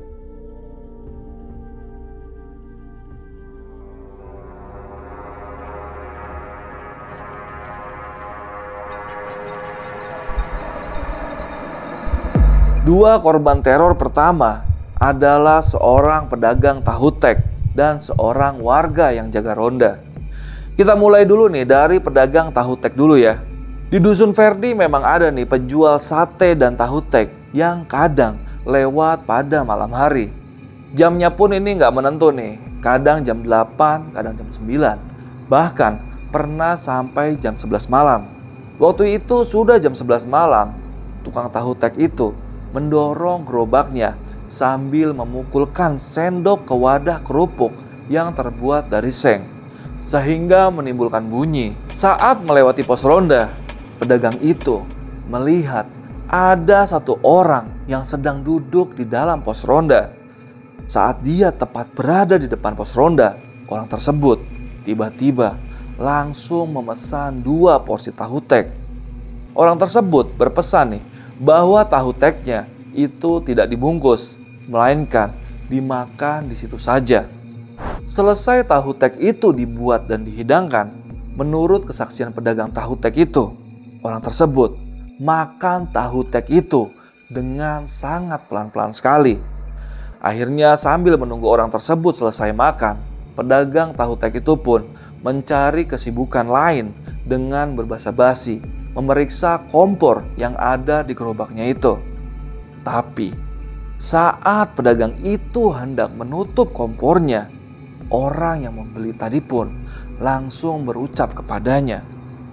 Dua korban teror pertama adalah seorang pedagang tahu tek dan seorang warga yang jaga ronda. Kita mulai dulu nih dari pedagang tahu tek dulu ya. Di dusun Ferdi memang ada nih penjual sate dan tahu tek yang kadang lewat pada malam hari. Jamnya pun ini nggak menentu nih, kadang jam delapan, kadang jam sembilan. Bahkan pernah sampai jam sebelas malam. Waktu itu sudah jam sebelas malam, tukang tahu tek itu mendorong gerobaknya sambil memukulkan sendok ke wadah kerupuk yang terbuat dari seng, sehingga menimbulkan bunyi. Saat melewati pos ronda, pedagang itu melihat ada satu orang yang sedang duduk di dalam pos ronda. Saat dia tepat berada di depan pos ronda, orang tersebut tiba-tiba langsung memesan dua porsi tahu tek. Orang tersebut berpesan nih bahwa tahu teknya itu tidak dibungkus, melainkan dimakan di situ saja. Selesai tahu tek itu dibuat dan dihidangkan, menurut kesaksian pedagang tahu tek itu, orang tersebut makan tahu tek itu dengan sangat pelan-pelan sekali. Akhirnya sambil menunggu orang tersebut selesai makan, pedagang tahu tek itu pun mencari kesibukan lain dengan berbasa-basi, memeriksa kompor yang ada di gerobaknya itu. Tapi saat pedagang itu hendak menutup kompornya, orang yang membeli tadi pun langsung berucap kepadanya,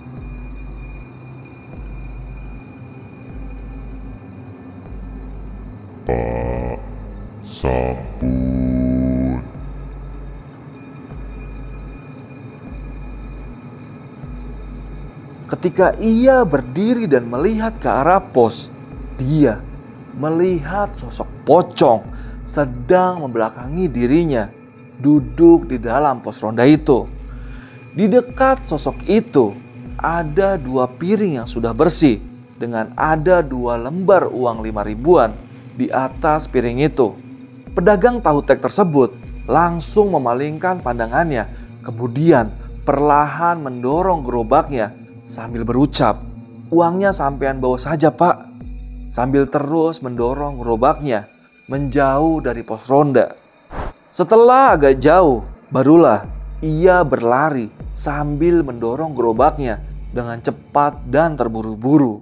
"Pak, sampun." Ketika ia berdiri dan melihat ke arah pos, dia melihat sosok pocong sedang membelakangi dirinya, duduk di dalam pos ronda itu. Di dekat sosok itu ada dua piring yang sudah bersih dengan ada dua lembar uang lima ribuan di atas piring itu. Pedagang tahu tek tersebut langsung memalingkan pandangannya, kemudian perlahan mendorong gerobaknya sambil berucap, "Uangnya sampean bawa saja, Pak." Sambil terus mendorong gerobaknya menjauh dari pos ronda. Setelah agak jauh, barulah ia berlari sambil mendorong gerobaknya dengan cepat dan terburu-buru.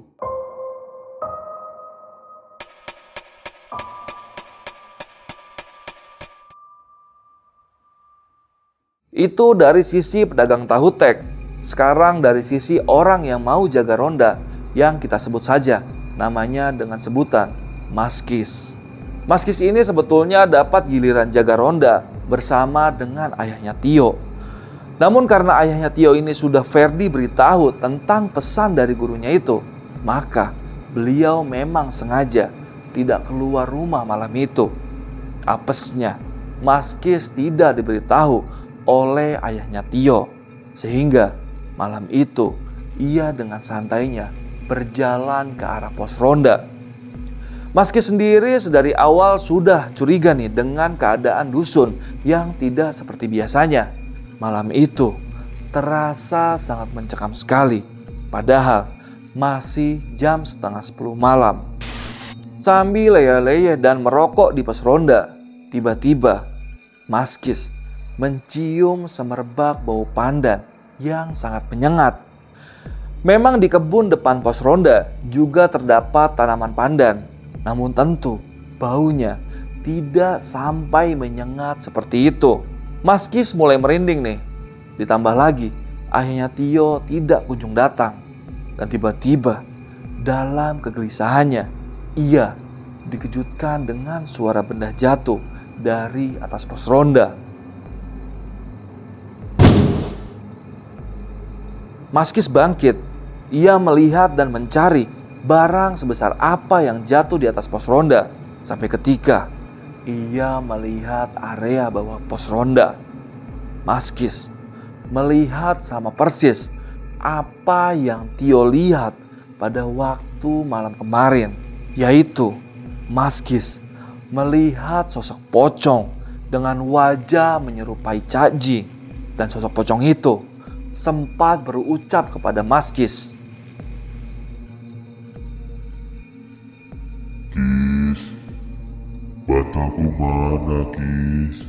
Itu dari sisi pedagang tahu tek. Sekarang dari sisi orang yang mau jaga ronda, yang kita sebut saja namanya dengan sebutan Maskis. Maskis ini sebetulnya dapat giliran jaga ronda bersama dengan ayahnya Tio. Namun karena ayahnya Tio ini sudah Ferdi beritahu tentang pesan dari gurunya itu, maka beliau memang sengaja tidak keluar rumah malam itu. Apesnya, Maskis tidak diberitahu oleh ayahnya Tio, sehingga malam itu ia dengan santainya berjalan ke arah pos ronda. Maskis sendiri sedari awal sudah curiga nih dengan keadaan dusun yang tidak seperti biasanya. Malam itu terasa sangat mencekam sekali, padahal masih jam setengah sepuluh malam. Sambil leyeh-leyeh dan merokok di pos ronda, tiba-tiba Maskis mencium semerbak bau pandan yang sangat menyengat. Memang di kebun depan pos ronda juga terdapat tanaman pandan, namun tentu baunya tidak sampai menyengat seperti itu. Maskis mulai merinding nih. Ditambah lagi ayahnya Tio tidak kunjung datang. Dan tiba-tiba dalam kegelisahannya ia dikejutkan dengan suara benda jatuh dari atas pos ronda. Maskis bangkit. Ia melihat dan mencari barang sebesar apa yang jatuh di atas pos ronda. Sampai ketika ia melihat area bawah pos ronda. Maskis melihat sama persis apa yang Tio lihat pada waktu malam kemarin. Yaitu Maskis melihat sosok pocong dengan wajah menyerupai Cak Ji. Dan sosok pocong itu sempat berucap kepada Maskis, "Kis, bataku mana, Kis?"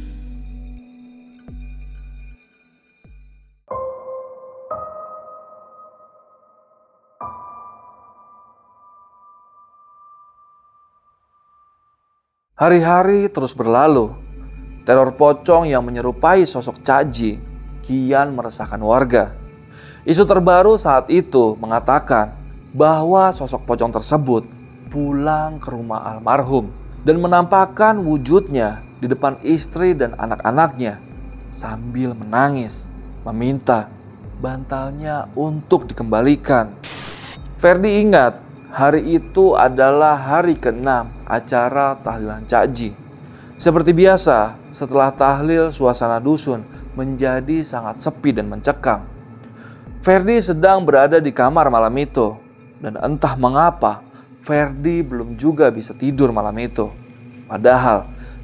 Hari-hari terus berlalu. Teror pocong yang menyerupai sosok Cak Ji kian meresahkan warga. Isu terbaru saat itu mengatakan bahwa sosok pocong tersebut pulang ke rumah almarhum dan menampakkan wujudnya di depan istri dan anak-anaknya sambil menangis, meminta bantalnya untuk dikembalikan. Ferdi ingat hari itu adalah hari keenam acara tahlilan Cak Ji. Seperti biasa, setelah tahlil suasana dusun menjadi sangat sepi dan mencekam. Ferdi sedang berada di kamar malam itu, dan entah mengapa Ferdi belum juga bisa tidur malam itu. Padahal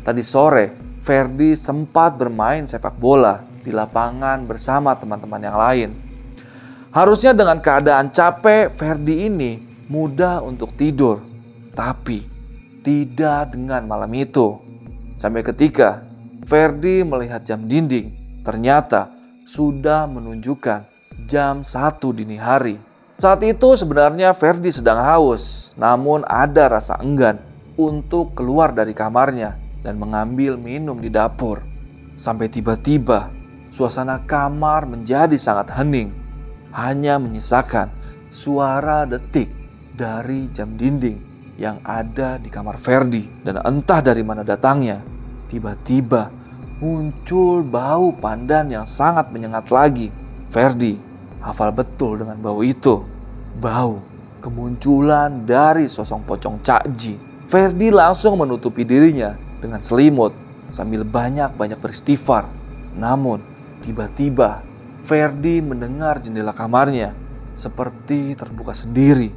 Tadi sore, Ferdi sempat bermain sepak bola di lapangan bersama teman-teman yang lain. Harusnya dengan keadaan capek, Ferdi ini mudah untuk tidur. Tapi tidak dengan malam itu. Sampai ketika Ferdi melihat jam dinding, ternyata sudah menunjukkan jam satu dini hari. Saat itu sebenarnya Ferdi sedang haus, namun ada rasa enggan untuk keluar dari kamarnya dan mengambil minum di dapur. Sampai tiba-tiba suasana kamar menjadi sangat hening. Hanya menyisakan suara detik dari jam dinding yang ada di kamar Ferdi. Dan entah dari mana datangnya, tiba-tiba muncul bau pandan yang sangat menyengat lagi. Ferdi hafal betul dengan bau itu. Bau kemunculan dari sosok pocong Cak Ji. Ferdi langsung menutupi dirinya dengan selimut sambil banyak-banyak beristighfar. Namun tiba-tiba Ferdi mendengar jendela kamarnya seperti terbuka sendiri.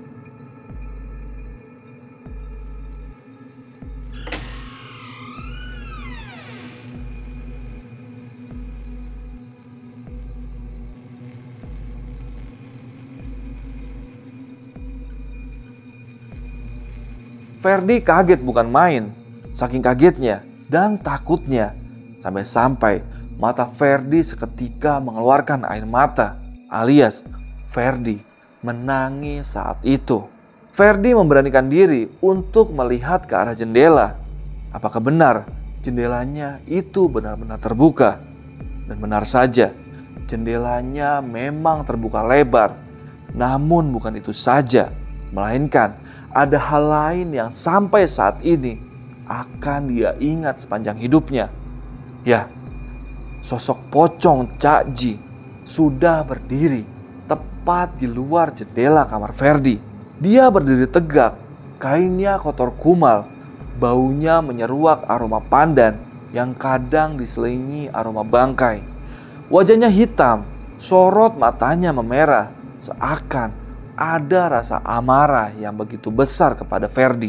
Ferdi kaget bukan main, saking kagetnya dan takutnya, sampai-sampai mata Ferdi seketika mengeluarkan air mata, alias Ferdi menangis saat itu. Ferdi memberanikan diri untuk melihat ke arah jendela. Apakah benar jendelanya itu benar-benar terbuka? Dan benar saja, jendelanya memang terbuka lebar. Namun bukan itu saja, melainkan ada hal lain yang sampai saat ini akan dia ingat sepanjang hidupnya. Ya, sosok pocong Cak Ji sudah berdiri tepat di luar jendela kamar Ferdi. Dia berdiri tegak, kainnya kotor kumal, baunya menyeruak aroma pandan yang kadang diselingi aroma bangkai. Wajahnya hitam, sorot matanya memerah, seakan ada rasa amarah yang begitu besar kepada Ferdi.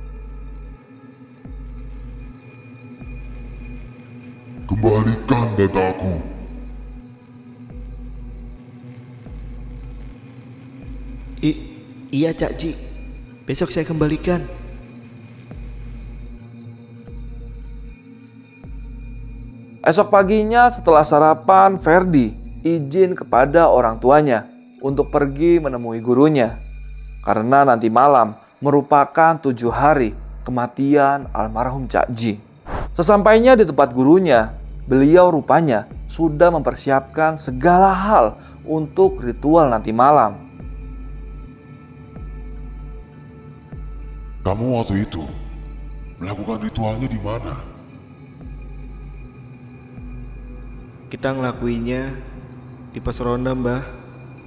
Kembalikan bataku. I iya Cak Ji, besok saya kembalikan. Esok paginya setelah sarapan, Ferdi izin kepada orang tuanya untuk pergi menemui gurunya. Karena nanti malam merupakan tujuh hari kematian almarhum Cak Ji. Sesampainya di tempat gurunya, beliau rupanya sudah mempersiapkan segala hal untuk ritual nanti malam. Kamu waktu itu melakukan ritualnya di mana? Kita ngelakuinya di pos ronda, Mbah.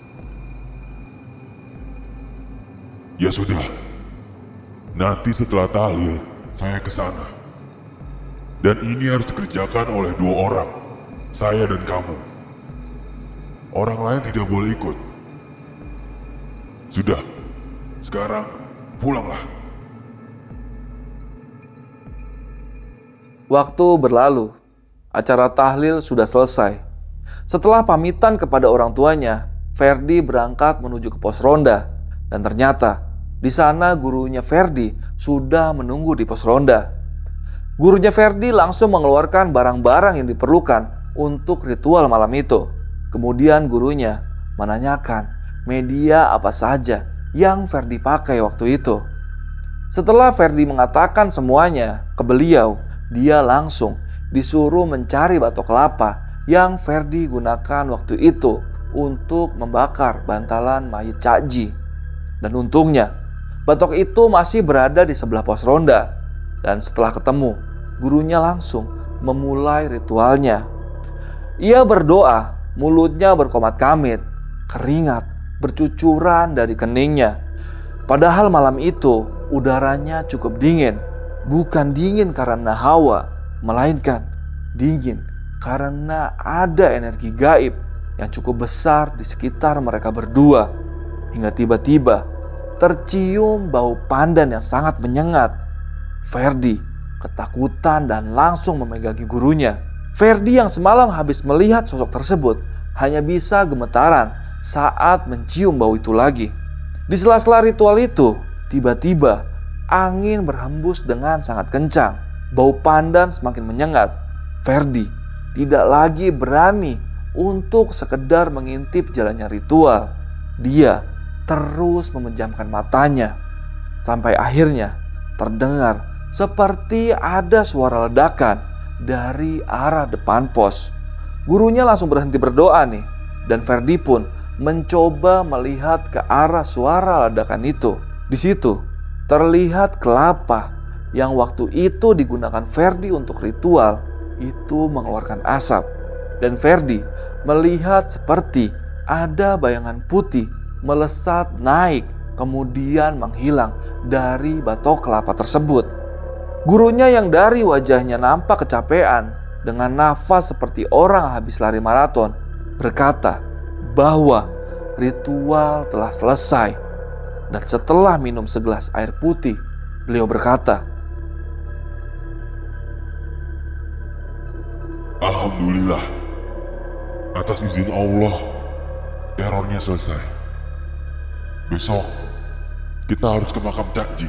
Ya sudah, nanti setelah tahlil saya ke sana. Dan ini harus dikerjakan oleh dua orang, saya dan kamu. Orang lain tidak boleh ikut. Sudah, sekarang pulanglah. Waktu berlalu, acara tahlil sudah selesai. Setelah pamitan kepada orang tuanya, Ferdi berangkat menuju ke pos ronda. Dan ternyata di sana gurunya Ferdi sudah menunggu di pos ronda. Gurunya Ferdi langsung mengeluarkan barang-barang yang diperlukan untuk ritual malam itu. Kemudian gurunya menanyakan media apa saja yang Ferdi pakai waktu itu. Setelah Ferdi mengatakan semuanya ke beliau, dia langsung disuruh mencari batok kelapa yang Ferdi gunakan waktu itu untuk membakar bantalan mayit Cak Ji. Dan untungnya batok itu masih berada di sebelah pos ronda. Dan setelah ketemu, gurunya langsung memulai ritualnya. Ia berdoa, mulutnya berkomat kamit, keringat bercucuran dari keningnya. Padahal malam itu udaranya cukup dingin. Bukan dingin karena hawa, melainkan dingin karena ada energi gaib yang cukup besar di sekitar mereka berdua. Hingga tiba-tiba tercium bau pandan yang sangat menyengat. Ferdi ketakutan dan langsung memegangi gurunya. Ferdi yang semalam habis melihat sosok tersebut hanya bisa gemetaran saat mencium bau itu lagi. Di sela-sela ritual itu, tiba-tiba angin berhembus dengan sangat kencang. Bau pandan semakin menyengat. Ferdi tidak lagi berani untuk sekedar mengintip jalannya ritual. Dia terus memejamkan matanya. Sampai akhirnya terdengar seperti ada suara ledakan dari arah depan pos. Gurunya langsung berhenti berdoa nih, dan Ferdi pun mencoba melihat ke arah suara ledakan itu. Di situ terlihat kelapa yang waktu itu digunakan Ferdi untuk ritual itu mengeluarkan asap, dan Ferdi melihat seperti ada bayangan putih melesat naik kemudian menghilang dari batok kelapa tersebut. Gurunya yang dari wajahnya nampak kecapean dengan nafas seperti orang habis lari maraton berkata bahwa ritual telah selesai. Dan setelah minum segelas air putih, beliau berkata, Alhamdulillah, atas izin Allah, terornya selesai. Besok, kita harus ke makam Cakji.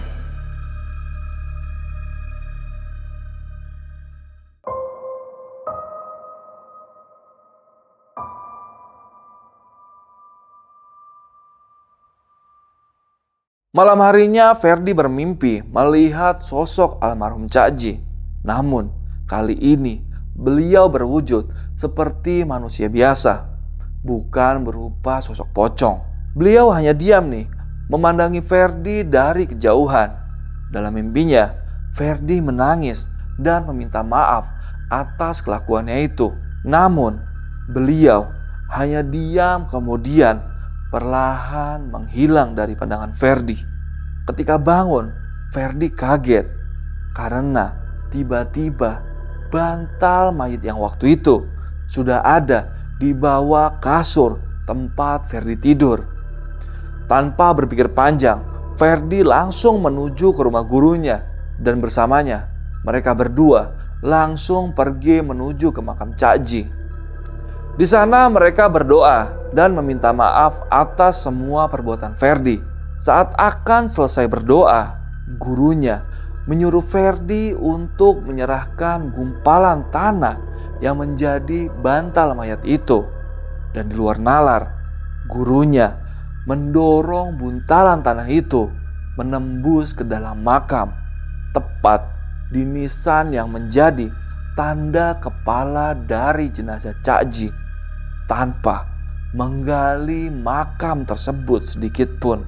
Malam harinya Ferdi bermimpi melihat sosok almarhum Cakji. Namun kali ini beliau berwujud seperti manusia biasa, bukan berupa sosok pocong. Beliau hanya diam nih, memandangi Ferdi dari kejauhan. Dalam mimpinya, Ferdi menangis dan meminta maaf atas kelakuannya itu. Namun beliau hanya diam kemudian perlahan menghilang dari pandangan Ferdi. Ketika bangun, Ferdi kaget karena tiba-tiba bantal mayit yang waktu itu sudah ada di bawah kasur tempat Ferdi tidur. Tanpa berpikir panjang, Ferdi langsung menuju ke rumah gurunya dan bersamanya mereka berdua langsung pergi menuju ke makam Cakji. Di sana mereka berdoa dan meminta maaf atas semua perbuatan Ferdi. Saat akan selesai berdoa, gurunya menyuruh Ferdi untuk menyerahkan gumpalan tanah yang menjadi bantal mayat itu. Dan di luar nalar, gurunya mendorong buntalan tanah itu menembus ke dalam makam, tepat di nisan yang menjadi tanda kepala dari jenazah Cakji, tanpa menggali makam tersebut sedikit pun.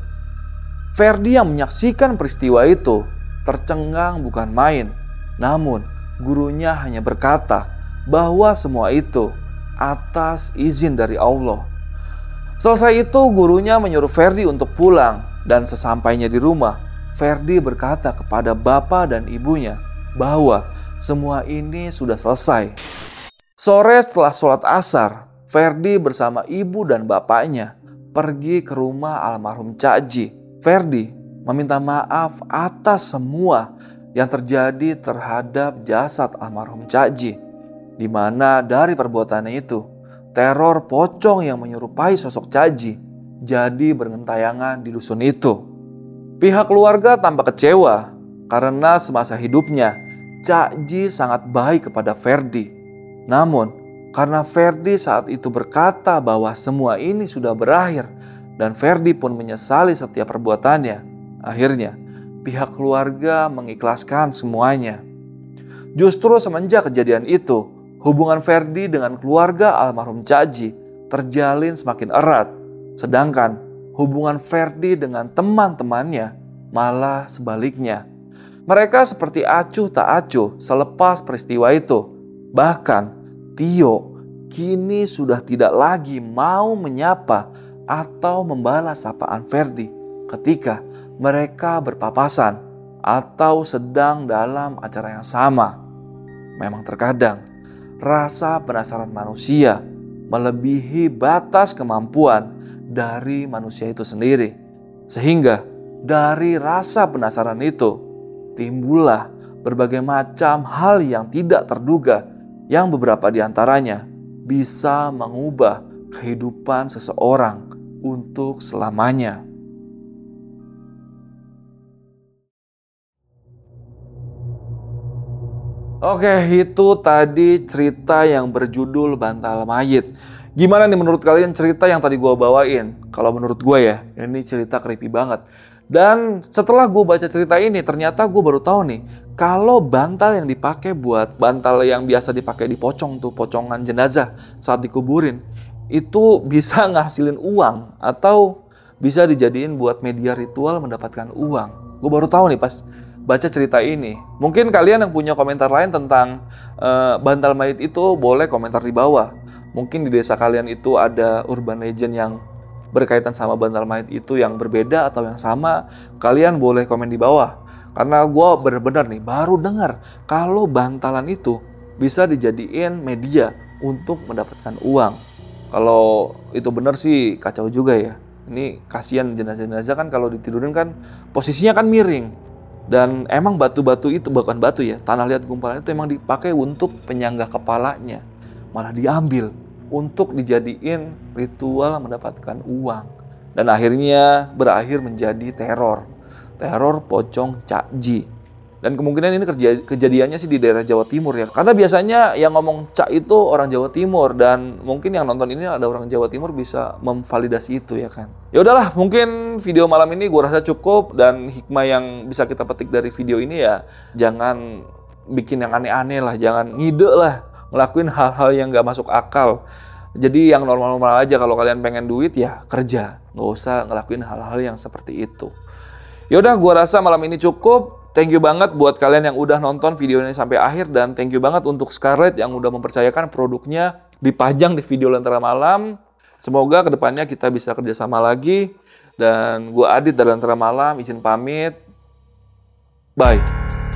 Ferdi yang menyaksikan peristiwa itu tercengang bukan main. Namun gurunya hanya berkata bahwa semua itu atas izin dari Allah. Selesai itu gurunya menyuruh Ferdi untuk pulang, dan sesampainya di rumah Ferdi berkata kepada bapak dan ibunya bahwa semua ini sudah selesai. Sore setelah sholat asar, Ferdi bersama ibu dan bapaknya pergi ke rumah almarhum Cakji. Ferdi meminta maaf atas semua yang terjadi terhadap jasad almarhum Cakji, di mana dari perbuatannya itu teror pocong yang menyerupai sosok Cakji jadi bergentayangan di dusun itu. Pihak keluarga tampak kecewa karena semasa hidupnya Cakji sangat baik kepada Ferdi. Namun karena Ferdi saat itu berkata bahwa semua ini sudah berakhir dan Ferdi pun menyesali setiap perbuatannya, akhirnya pihak keluarga mengikhlaskan semuanya. Justru semenjak kejadian itu, hubungan Ferdi dengan keluarga almarhum Cakji terjalin semakin erat, sedangkan hubungan Ferdi dengan teman-temannya malah sebaliknya. Mereka seperti acuh tak acuh selepas peristiwa itu. Bahkan Tio kini sudah tidak lagi mau menyapa atau membalas sapaan Ferdi ketika mereka berpapasan atau sedang dalam acara yang sama. Memang terkadang rasa penasaran manusia melebihi batas kemampuan dari manusia itu sendiri. Sehingga dari rasa penasaran itu timbullah berbagai macam hal yang tidak terduga yang beberapa di antaranya bisa mengubah kehidupan seseorang untuk selamanya. Oke, itu tadi cerita yang berjudul Bantal Mayit. Gimana nih menurut kalian cerita yang tadi gue bawain? Kalau menurut gue ya, ini cerita creepy banget. Dan setelah gue baca cerita ini, ternyata gue baru tahu nih, kalau bantal yang dipakai buat bantal yang biasa dipakai di pocong tuh, pocongan jenazah saat dikuburin, itu bisa ngasilin uang atau bisa dijadiin buat media ritual mendapatkan uang. Gue baru tahu nih pas baca cerita ini. Mungkin kalian yang punya komentar lain tentang uh, bantal mayit itu boleh komentar di bawah. Mungkin di desa kalian itu ada urban legend yang berkaitan sama bantal mayit itu yang berbeda atau yang sama. Kalian boleh komen di bawah. Karena gue bener-bener nih baru dengar kalau bantalan itu bisa dijadiin media untuk mendapatkan uang. Kalau itu bener sih kacau juga ya. Ini kasihan jenazah-jenazah kan kalau ditidurin kan posisinya kan miring. Dan emang batu-batu itu, bukan batu ya, tanah liat gumpalan itu emang dipakai untuk penyangga kepalanya. Malah diambil untuk dijadiin ritual mendapatkan uang. Dan akhirnya berakhir menjadi teror. Teror pocong Cak Ji. Dan kemungkinan ini kejadiannya sih di daerah Jawa Timur ya. Karena biasanya yang ngomong Cak itu orang Jawa Timur. Dan mungkin yang nonton ini ada orang Jawa Timur bisa memvalidasi itu ya kan. Ya udahlah, mungkin video malam ini gue rasa cukup. Dan hikmah yang bisa kita petik dari video ini ya, jangan bikin yang aneh-aneh lah. Jangan ngide lah, ngelakuin hal-hal yang gak masuk akal. Jadi yang normal-normal aja, kalau kalian pengen duit ya kerja. Gak usah ngelakuin hal-hal yang seperti itu. Ya udah, gue rasa malam ini cukup. Thank you banget buat kalian yang udah nonton video ini sampai akhir, dan thank you banget untuk Scarlett yang udah mempercayakan produknya dipajang di video Lentera Malam. Semoga kedepannya kita bisa kerjasama lagi. Dan gue Adit dari Lentera Malam izin pamit. Bye.